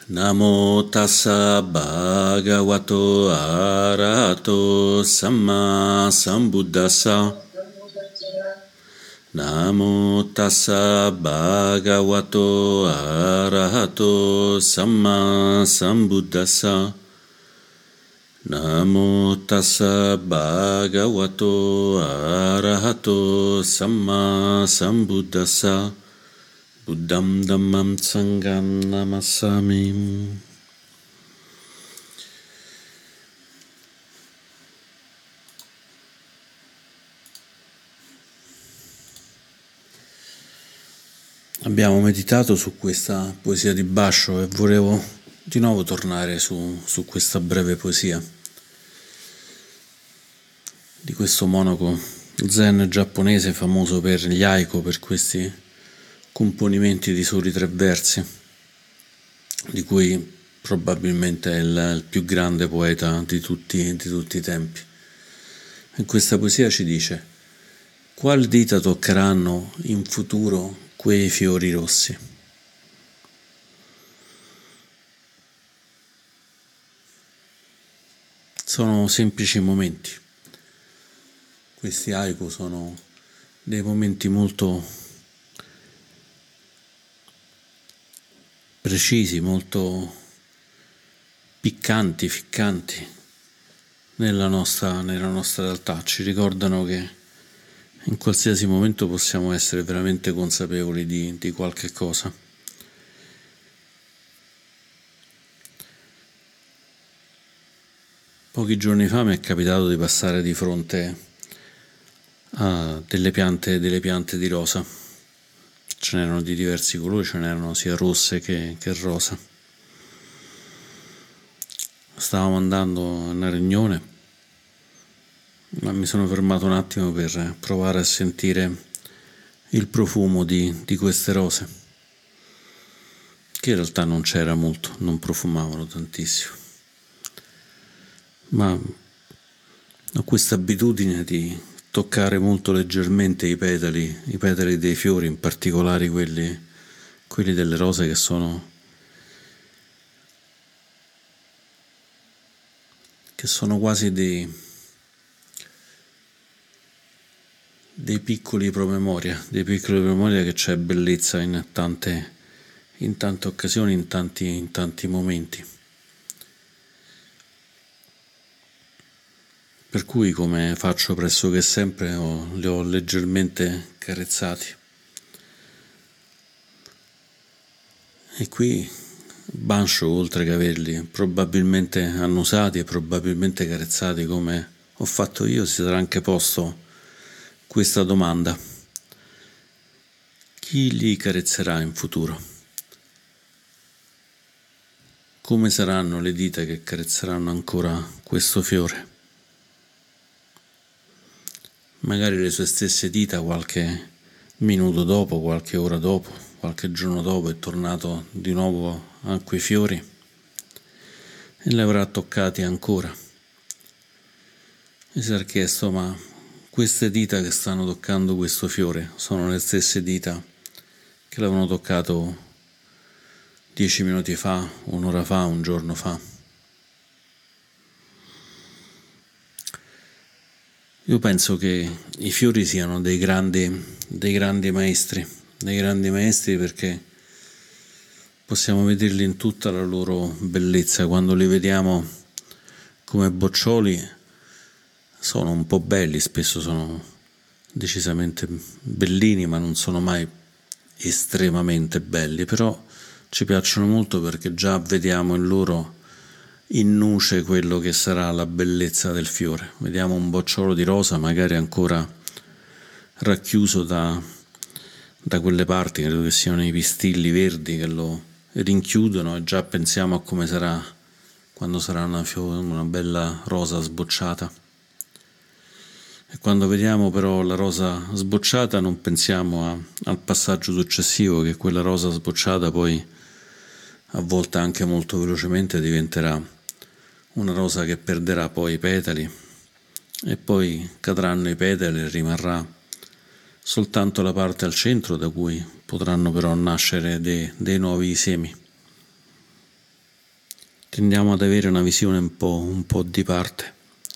Namo tassa bhagavato arahato samma sambuddhassa. Namo tassa bhagavato arahato samma sambuddhassa. Namo tassa bhagavato arahato samma sambuddhassa. Buddham Dhammam Sangham Namassami. Abbiamo meditato su questa poesia di Basho e volevo di nuovo tornare su questa breve poesia di questo monaco zen giapponese famoso per gli haiku, per questi componimenti di soli 3 versi, di cui probabilmente è il più grande poeta di tutti i tempi. In questa poesia ci dice: quali dita toccheranno in futuro quei fiori rossi? Sono semplici momenti. Questi haiku sono dei momenti molto precisi, molto piccanti, ficcanti nella nostra realtà. Ci ricordano che in qualsiasi momento possiamo essere veramente consapevoli di qualche cosa. Pochi giorni fa mi è capitato di passare di fronte a delle piante di rosa. Ce n'erano di diversi colori, ce n'erano sia rosse che rosa. Stavamo andando a una riunione, ma mi sono fermato un attimo per provare a sentire il profumo di queste rose, che in realtà non c'era molto, non profumavano tantissimo. Ma ho questa abitudine di toccare molto leggermente i petali dei fiori, in particolare quelli delle rose, che sono quasi dei piccoli promemoria, che c'è bellezza in tante occasioni, in tanti momenti. Per cui, come faccio pressoché sempre, li ho leggermente carezzati. E qui Basho, oltre che averli probabilmente annusati e probabilmente carezzati come ho fatto io, si sarà anche posto questa domanda: chi li carezzerà in futuro? Come saranno le dita che carezzeranno ancora questo fiore? Magari le sue stesse dita qualche minuto dopo, qualche ora dopo, qualche giorno dopo è tornato di nuovo a quei fiori e li avrà toccati ancora. E si è chiesto: ma queste dita che stanno toccando questo fiore sono le stesse dita che l'avevano toccato 10 minuti fa, un'ora fa, un giorno fa? Io penso che i fiori siano dei grandi maestri, perché possiamo vederli in tutta la loro bellezza. Quando li vediamo come boccioli sono un po' belli, spesso sono decisamente bellini, ma non sono mai estremamente belli, però ci piacciono molto perché già vediamo in loro in nuce quello che sarà la bellezza del fiore. Vediamo un bocciolo di rosa magari ancora racchiuso da quelle parti, credo che siano i pistilli verdi che lo rinchiudono, e già pensiamo a come sarà quando sarà una bella rosa sbocciata. E quando vediamo però la rosa sbocciata non pensiamo al passaggio successivo, che quella rosa sbocciata poi a volte anche molto velocemente diventerà una rosa che perderà poi i petali, e poi cadranno i petali e rimarrà soltanto la parte al centro, da cui potranno però nascere dei nuovi semi. tendiamo ad avere una visione un po' di parte,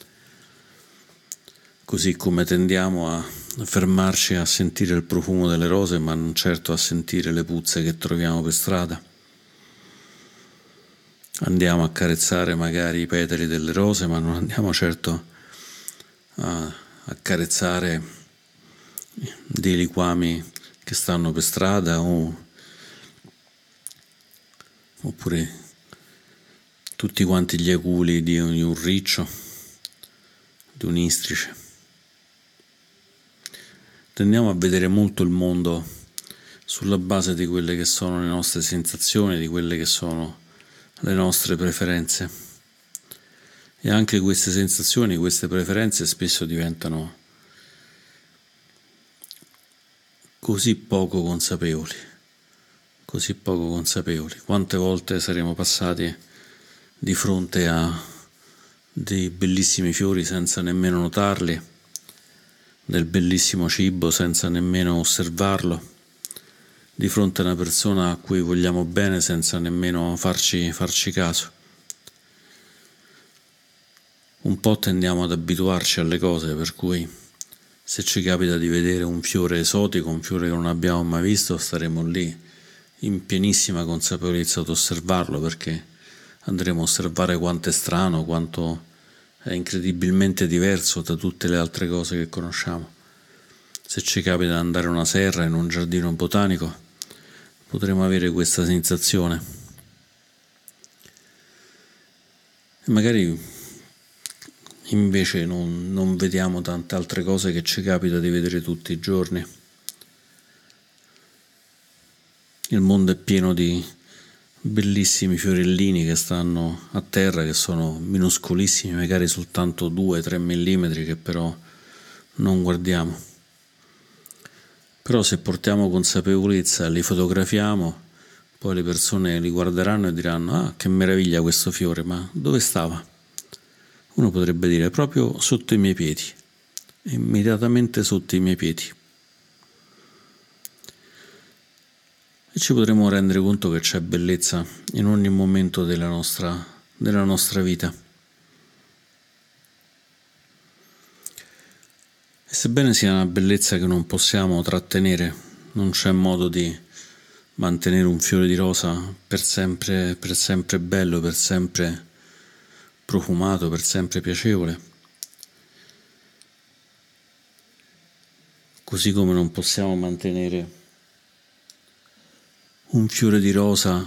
così come tendiamo a fermarci a sentire il profumo delle rose, ma non certo a sentire le puzze che troviamo per strada. Andiamo a carezzare magari i petali delle rose, ma non andiamo certo a carezzare dei liquami che stanno per strada oppure tutti quanti gli aculi di un riccio, di un istrice. Tendiamo a vedere molto il mondo sulla base di quelle che sono le nostre sensazioni, di quelle che sono le nostre preferenze. E anche queste sensazioni, queste preferenze spesso diventano così poco consapevoli. Quante volte saremo passati di fronte a dei bellissimi fiori senza nemmeno notarli, del bellissimo cibo senza nemmeno osservarlo, di fronte a una persona a cui vogliamo bene senza nemmeno farci caso. Un po' tendiamo ad abituarci alle cose, per cui se ci capita di vedere un fiore esotico, un fiore che non abbiamo mai visto, staremo lì in pienissima consapevolezza ad osservarlo, perché andremo a osservare quanto è strano, quanto è incredibilmente diverso da tutte le altre cose che conosciamo. Se ci capita di andare a una serra in un giardino botanico, potremo avere questa sensazione. E magari invece non vediamo tante altre cose che ci capita di vedere tutti i giorni. Il mondo è pieno di bellissimi fiorellini che stanno a terra, che sono minuscolissimi, magari soltanto 2-3 millimetri, che però non guardiamo. Però se portiamo consapevolezza e li fotografiamo, poi le persone li guarderanno e diranno: ah, che meraviglia questo fiore, ma dove stava? Uno potrebbe dire: proprio sotto i miei piedi, immediatamente sotto i miei piedi. E ci potremo rendere conto che c'è bellezza in ogni momento della nostra vita. E sebbene sia una bellezza che non possiamo trattenere, non c'è modo di mantenere un fiore di rosa per sempre bello, per sempre profumato, per sempre piacevole. Così come non possiamo mantenere un fiore di rosa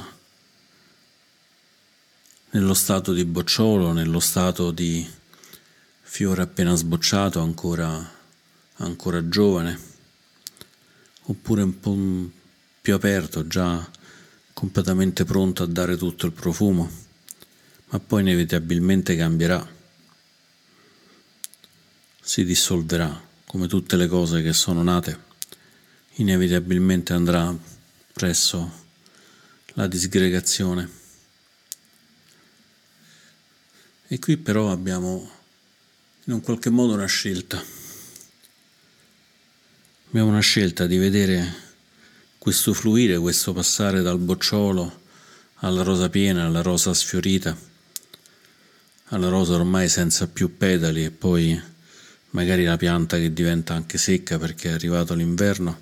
nello stato di bocciolo, nello stato di fiore appena sbocciato, ancora giovane, oppure un po' più aperto, già completamente pronto a dare tutto il profumo, ma poi inevitabilmente cambierà, si dissolverà, come tutte le cose che sono nate, inevitabilmente andrà presso la disgregazione. E qui però abbiamo in un qualche modo una scelta. Abbiamo una scelta di vedere questo fluire, questo passare dal bocciolo alla rosa piena, alla rosa sfiorita, alla rosa ormai senza più petali, e poi magari la pianta che diventa anche secca perché è arrivato l'inverno.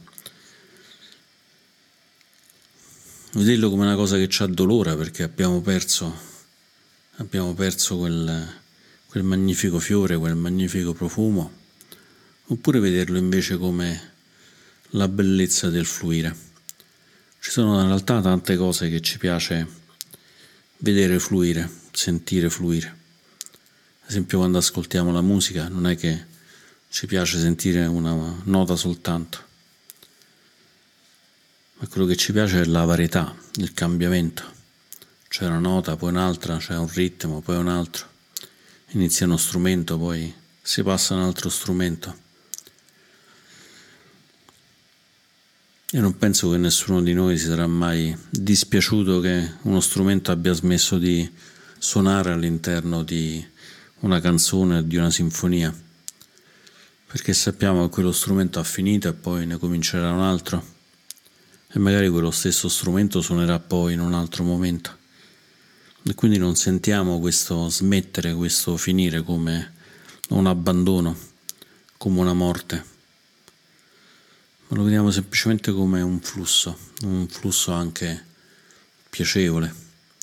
Vederlo come una cosa che ci addolora perché abbiamo perso quel magnifico fiore, quel magnifico profumo, oppure vederlo invece come la bellezza del fluire. Ci sono in realtà tante cose che ci piace vedere fluire, sentire fluire. Ad esempio, quando ascoltiamo la musica non è che ci piace sentire una nota soltanto, ma quello che ci piace è la varietà, il cambiamento. C'è una nota, poi un'altra, c'è un ritmo, poi un altro. Inizia uno strumento, poi si passa a un altro strumento. E non penso che nessuno di noi si sarà mai dispiaciuto che uno strumento abbia smesso di suonare all'interno di una canzone o di una sinfonia, perché sappiamo che quello strumento ha finito e poi ne comincerà un altro, e magari quello stesso strumento suonerà poi in un altro momento. e quindi non sentiamo questo smettere, questo finire come un abbandono, come una morte, ma lo vediamo semplicemente come un flusso anche piacevole.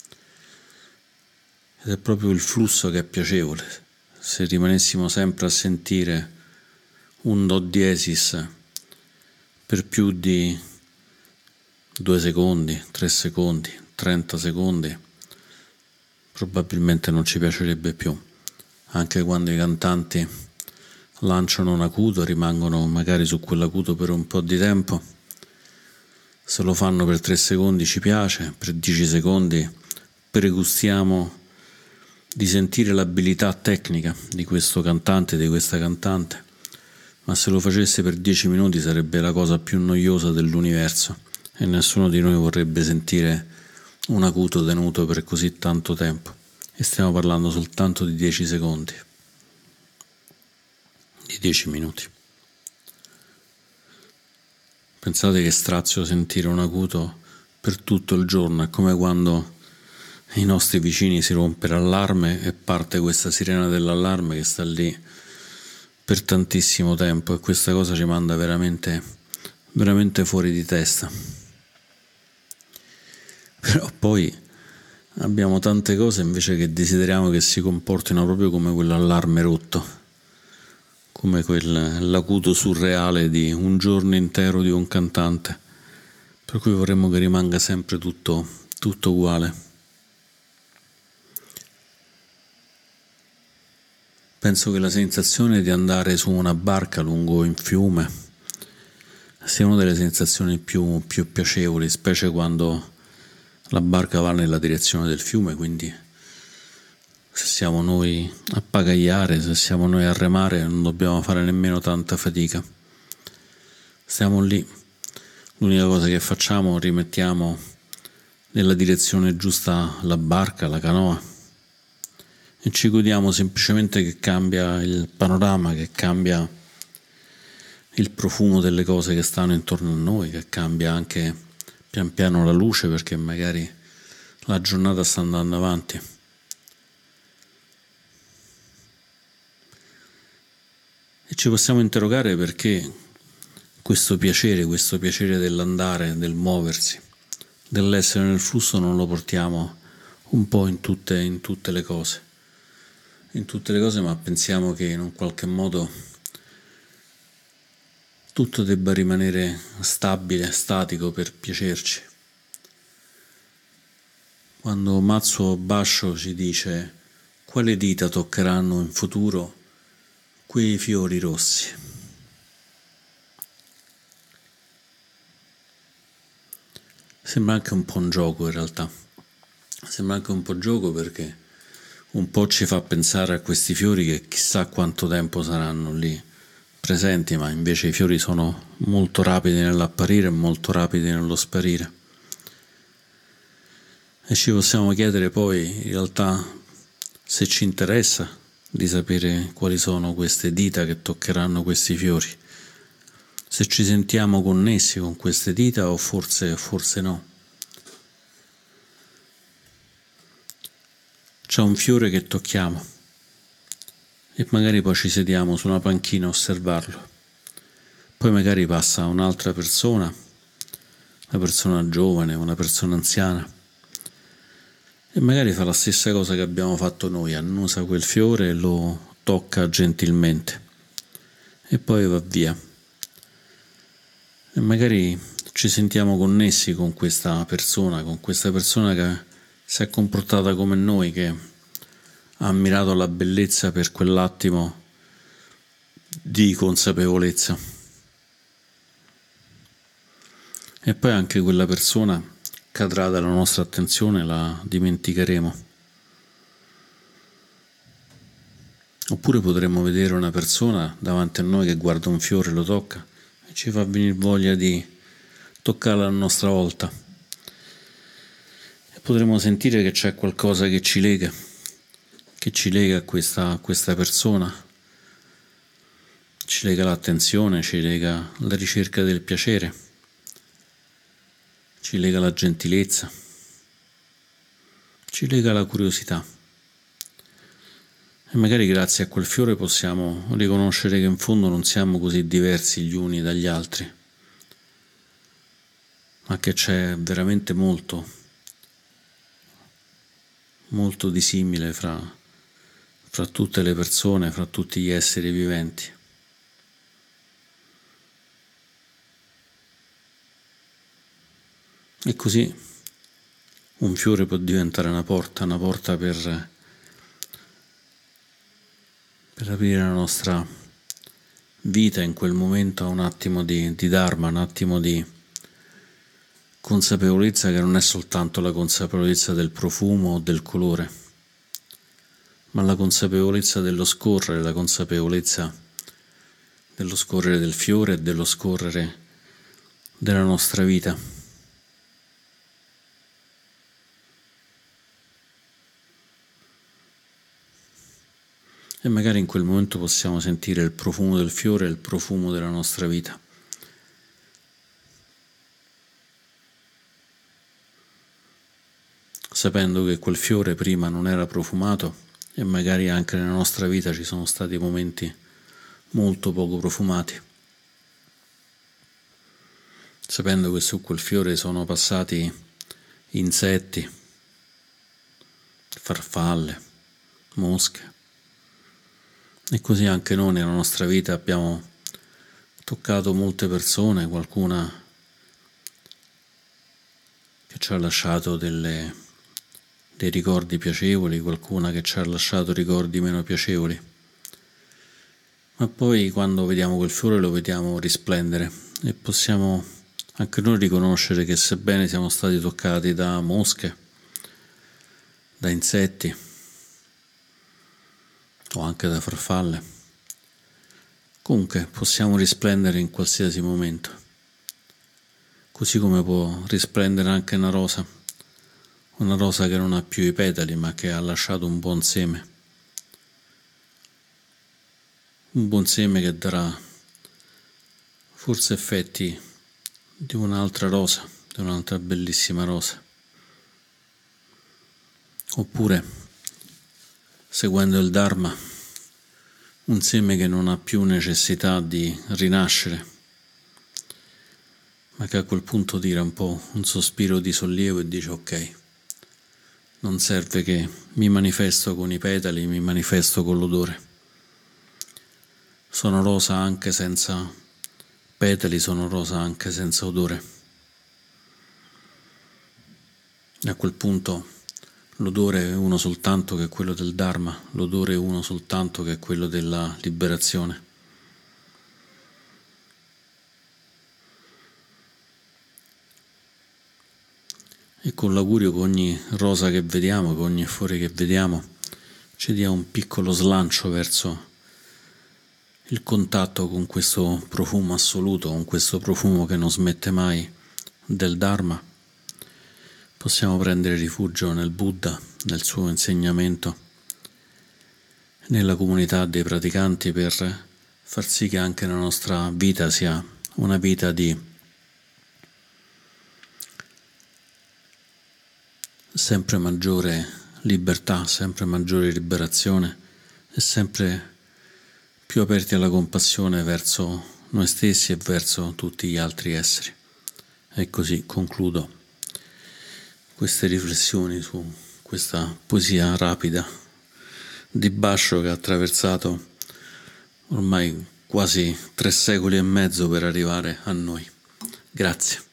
Ed è proprio il flusso che è piacevole. Se rimanessimo sempre a sentire un do diesis per più di 2 secondi, 3 secondi, 30 secondi, probabilmente non ci piacerebbe più. Anche quando i cantanti lanciano un acuto, rimangono magari su quell'acuto per un po' di tempo. Se lo fanno per 3 secondi ci piace, per 10 secondi pregustiamo di sentire l'abilità tecnica di questo cantante, di questa cantante, ma se lo facesse per 10 minuti sarebbe la cosa più noiosa dell'universo e nessuno di noi vorrebbe sentire un acuto tenuto per così tanto tempo. E stiamo parlando soltanto di 10 secondi, di 10 minuti. Pensate che strazio sentire un acuto per tutto il giorno, è come quando i nostri vicini si rompe l'allarme e parte questa sirena dell'allarme che sta lì per tantissimo tempo e questa cosa ci manda veramente, veramente fuori di testa. Però poi abbiamo tante cose invece che desideriamo che si comportino proprio come quell'allarme rotto, come l'acuto surreale di un giorno intero di un cantante, per cui vorremmo che rimanga sempre tutto uguale. Penso che la sensazione di andare su una barca lungo un fiume sia una delle sensazioni più piacevoli, specie quando la barca va nella direzione del fiume, quindi se siamo noi a pagagliare, se siamo noi a remare, non dobbiamo fare nemmeno tanta fatica. Stiamo lì, l'unica cosa che facciamo, rimettiamo nella direzione giusta la barca, la canoa, e ci godiamo semplicemente che cambia il panorama, che cambia il profumo delle cose che stanno intorno a noi, che cambia anche pian piano la luce perché magari la giornata sta andando avanti. E ci possiamo interrogare perché questo piacere dell'andare, del muoversi, dell'essere nel flusso non lo portiamo un po' in tutte le cose. In tutte le cose, ma pensiamo che in un qualche modo tutto debba rimanere stabile, statico per piacerci. Quando Matsuo Basho ci dice quale dita toccheranno in futuro quei fiori rossi. Sembra anche un po' un gioco in realtà, sembra anche un po' gioco perché un po' ci fa pensare a questi fiori che chissà quanto tempo saranno lì presenti, ma invece i fiori sono molto rapidi nell'apparire e molto rapidi nello sparire. E ci possiamo chiedere poi in realtà se ci interessa di sapere quali sono queste dita che toccheranno questi fiori, se ci sentiamo connessi con queste dita o forse no. C'è un fiore che tocchiamo e magari poi ci sediamo su una panchina a osservarlo. Poi magari passa un'altra persona, una persona giovane, una persona anziana, e magari fa la stessa cosa che abbiamo fatto noi, annusa quel fiore e lo tocca gentilmente e poi va via. E magari ci sentiamo connessi con questa persona che si è comportata come noi, che ha ammirato la bellezza per quell'attimo di consapevolezza. E poi anche quella persona cadrà dalla nostra attenzione, la dimenticheremo. Oppure potremmo vedere una persona davanti a noi che guarda un fiore, lo tocca e ci fa venire voglia di toccarla a nostra volta. E potremmo sentire che c'è qualcosa che ci lega a questa persona, ci lega l'attenzione, ci lega la ricerca del piacere, ci lega la gentilezza, ci lega la curiosità. E magari grazie a quel fiore possiamo riconoscere che in fondo non siamo così diversi gli uni dagli altri, ma che c'è veramente molto, molto di simile fra tutte le persone, fra tutti gli esseri viventi. E così un fiore può diventare una porta per aprire la nostra vita in quel momento a un attimo di Dharma, un attimo di consapevolezza che non è soltanto la consapevolezza del profumo o del colore, ma la consapevolezza dello scorrere, la consapevolezza dello scorrere del fiore e dello scorrere della nostra vita. E magari in quel momento possiamo sentire il profumo del fiore e il profumo della nostra vita. Sapendo che quel fiore prima non era profumato e magari anche nella nostra vita ci sono stati momenti molto poco profumati. Sapendo che su quel fiore sono passati insetti, farfalle, mosche. E così anche noi nella nostra vita abbiamo toccato molte persone, qualcuna che ci ha lasciato dei ricordi piacevoli, qualcuna che ci ha lasciato ricordi meno piacevoli. Ma poi quando vediamo quel fiore lo vediamo risplendere e possiamo anche noi riconoscere che sebbene siamo stati toccati da mosche, da insetti, o anche da farfalle, comunque possiamo risplendere in qualsiasi momento, così come può risplendere anche una rosa che non ha più i petali ma che ha lasciato un buon seme che darà forse effetti di un'altra rosa, di un'altra bellissima rosa. Oppure, seguendo il Dharma, un seme che non ha più necessità di rinascere, ma che a quel punto tira un po' un sospiro di sollievo e dice ok, non serve che mi manifesto con i petali, mi manifesto con l'odore. Sono rosa anche senza petali, sono rosa anche senza odore. E a quel punto l'odore è uno soltanto che è quello del Dharma, l'odore è uno soltanto che è quello della liberazione. E con l'augurio che ogni rosa che vediamo, che ogni fiore che vediamo, ci dia un piccolo slancio verso il contatto con questo profumo assoluto, con questo profumo che non smette mai del Dharma. Possiamo prendere rifugio nel Buddha, nel suo insegnamento, nella comunità dei praticanti per far sì che anche la nostra vita sia una vita di sempre maggiore libertà, sempre maggiore liberazione e sempre più aperti alla compassione verso noi stessi e verso tutti gli altri esseri. E così concludo queste riflessioni su questa poesia rapida di Basho che ha attraversato ormai quasi 3 secoli e mezzo per arrivare a noi. Grazie.